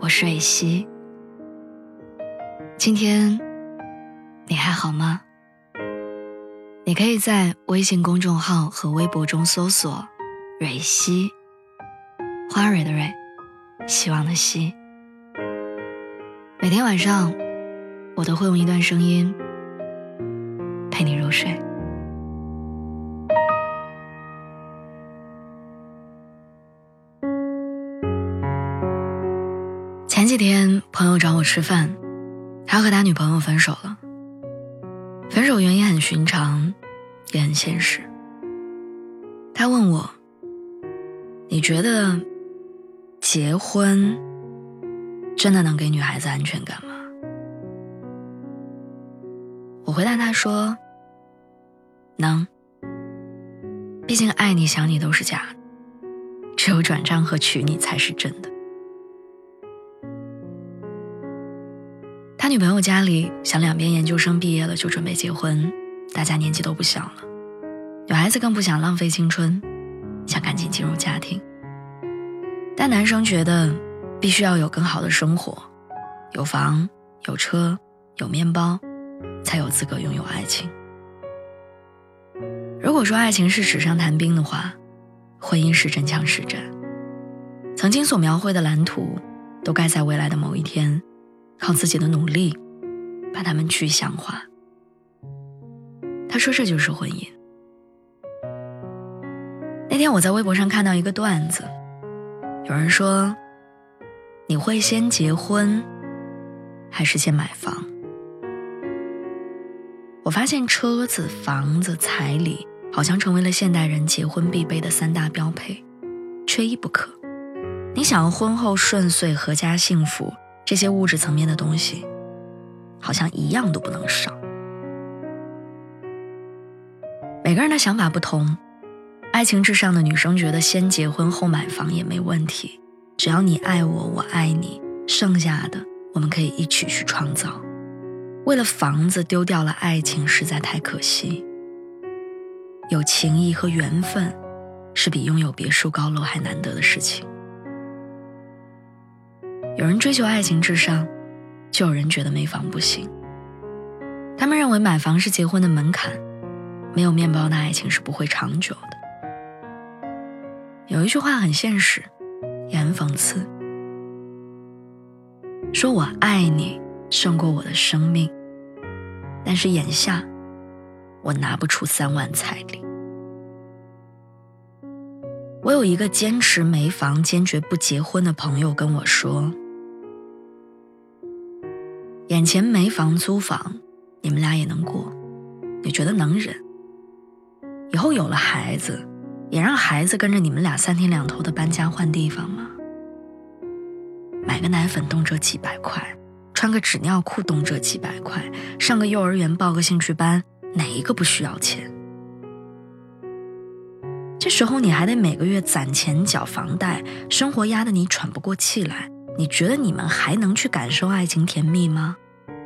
我是蕊希。今天你还好吗？你可以在微信公众号和微博中搜索蕊希，花蕊的蕊，希望的希。每天晚上我都会用一段声音陪你入睡。前几天朋友找我吃饭，他和他女朋友分手了。分手原因很寻常，也很现实。他问我，你觉得结婚真的能给女孩子安全感吗？我回答他说，能。毕竟爱你想你都是假的，只有转账和娶你才是真的。他女朋友家里想两边研究生毕业了就准备结婚，大家年纪都不小了，女孩子更不想浪费青春，想赶紧进入家庭。但男生觉得必须要有更好的生活，有房有车有面包，才有资格拥有爱情。如果说爱情是纸上谈兵的话，婚姻是真枪实战。曾经所描绘的蓝图都该在未来的某一天靠自己的努力把它们具象化。他说这就是婚姻。那天我在微博上看到一个段子，有人说，你会先结婚还是先买房？我发现车子、房子、彩礼好像成为了现代人结婚必备的3大标配，缺一不可。你想要婚后顺遂、阖家幸福，这些物质层面的东西好像一样都不能少。每个人的想法不同，爱情至上的女生觉得先结婚后买房也没问题，只要你爱我，我爱你，剩下的我们可以一起去创造。为了房子丢掉了爱情实在太可惜。有情谊和缘分是比拥有别墅高楼还难得的事情。有人追求爱情至上，就有人觉得没房不行。他们认为买房是结婚的门槛，没有面包的爱情是不会长久的。有一句话很现实，也很讽刺，说我爱你胜过我的生命，但是眼下我拿不出3万彩礼。我有一个坚持没房坚决不结婚的朋友跟我说，眼前没房租房你们俩也能过，你觉得能忍？以后有了孩子，也让孩子跟着你们俩3天2头的搬家换地方吗？买个奶粉动辄几百块，穿个纸尿裤动辄几百块，上个幼儿园报个兴趣班，哪一个不需要钱？这时候你还得每个月攒钱缴房贷，生活压得你喘不过气来，你觉得你们还能去感受爱情甜蜜吗？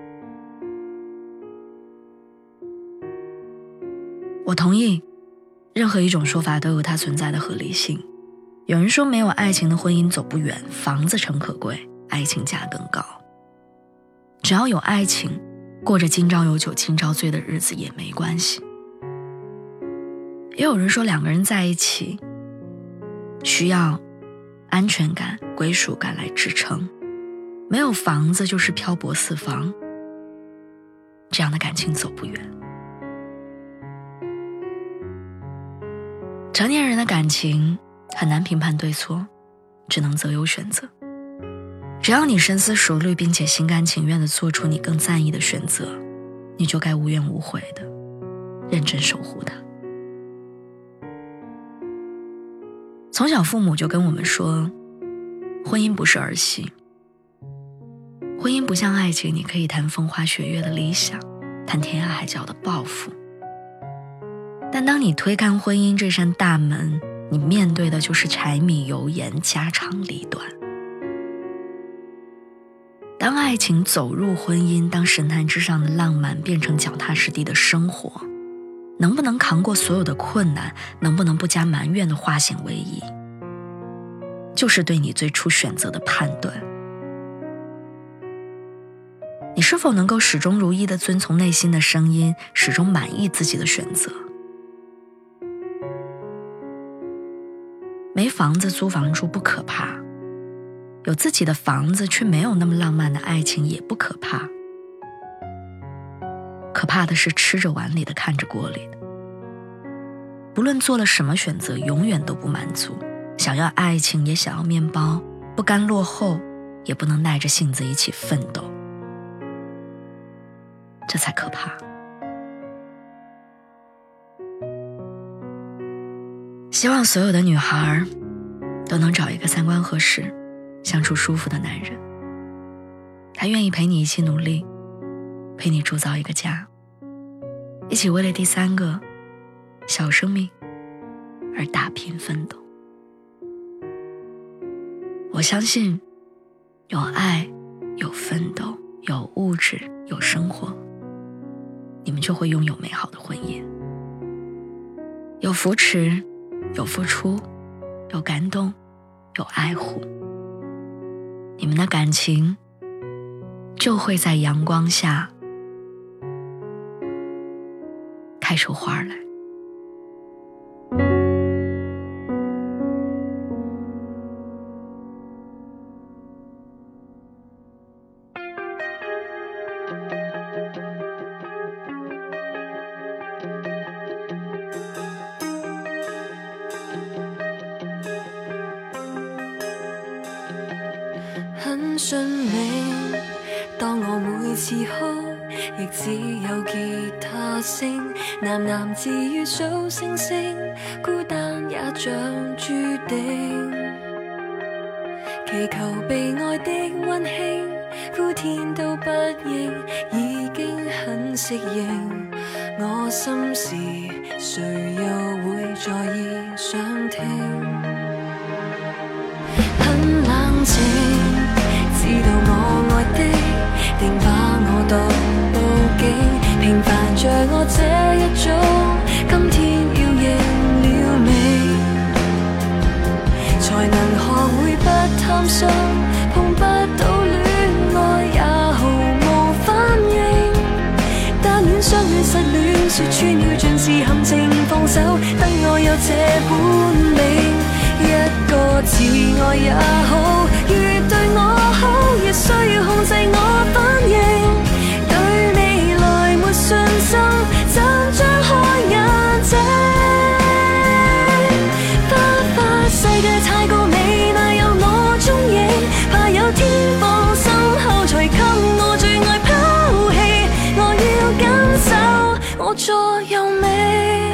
我同意，任何一种说法都有它存在的合理性。有人说没有爱情的婚姻走不远，房子诚可贵，爱情价更高。只要有爱情，过着今朝有酒今朝醉的日子也没关系。也有人说两个人在一起需要安全感、归属感来支撑，没有房子就是漂泊四方，这样的感情走不远。成年人的感情很难评判对错，只能择优选择。只要你深思熟虑并且心甘情愿地做出你更在意的选择，你就该无怨无悔地认真守护它。从小父母就跟我们说，婚姻不是儿戏，婚姻不像爱情，你可以谈风花雪月的理想，谈天涯海角的抱负。但当你推开婚姻这扇大门，你面对的就是柴米油盐、家长里短。当爱情走入婚姻，当神坛之上的浪漫变成脚踏实地的生活，能不能扛过所有的困难，能不能不加埋怨的化险为夷，就是对你最初选择的判断你是否能够始终如一地遵从内心的声音，始终满意自己的选择？没房子租房住不可怕，有自己的房子却没有那么浪漫的爱情也不可怕，可怕的是吃着碗里的看着锅里的。不论做了什么选择，永远都不满足，想要爱情也想要面包，不甘落后也不能耐着性子一起奋斗，这才可怕。希望所有的女孩都能找一个三观合适、相处舒服的男人，他愿意陪你一起努力，陪你铸造一个家，一起为了第三个小生命而打拼奋斗。我相信有爱，有奋斗，有物质，有生活，你们就会拥有美好的婚姻。有扶持，有付出，有感动，有爱护，你们的感情就会在阳光下开出花来。 很順命，當我每次哭，亦只有吉他聲，喃喃自語數星星，孤單也像注定。祈求被愛的溫馨，呼天都不應，已經很適應。我心事，誰又會在意想聽？很冷靜，知道我愛的，定把我當報警。平凡着我這一種，今天要認了命，才能學會不貪心，碰不到戀愛也毫無反應。但願相戀失戀，說穿了盡是陷阱，放手等我有這本領。一個自愛也好，越對我好，越需要控制我反應。對未來沒信心，怎張開眼睛？花花世界太過美，哪有我蹤影？怕有天放心後才給我最愛拋棄，我要感受我座右銘。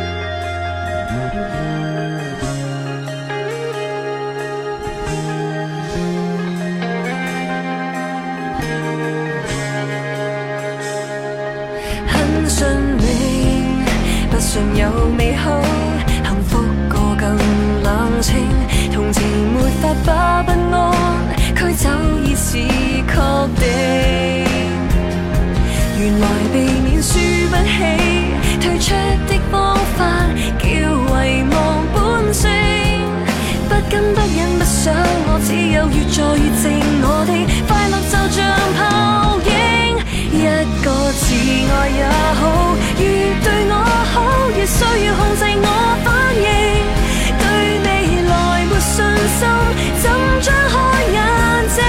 信命不信有美好，幸福過更冷清，同情沒法把不安驅走已是確定。原來避免輸不起，退出的方法叫遺忘本性。不甘不忍不想，我只有越做越靜，我的快樂就像泡影。一個自愛也好，越對我好，越需要控制我反應。對未來沒信心，怎張開眼睛？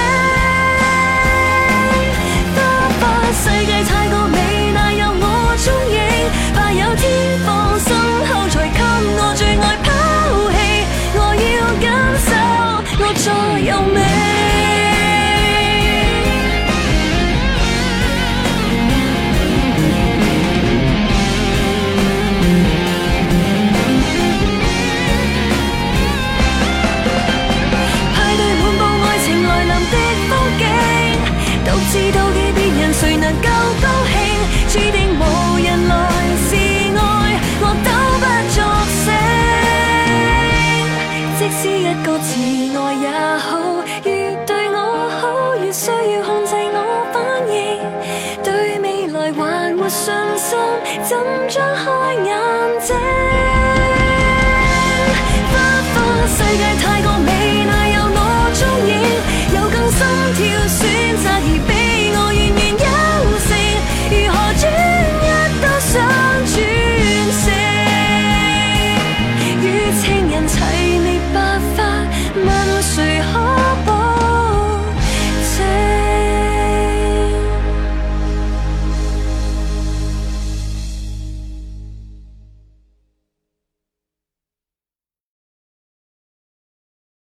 花花世界太過美，哪有我蹤影？怕有天放心後才給我最愛拋棄，我要感受我座右銘。知道嘅別人誰能夠高興？注定無人來示愛，我都不作聲。即使一個自愛也好，越對我好，越需要控制我反應。對未來還沒信心，怎張開眼睛？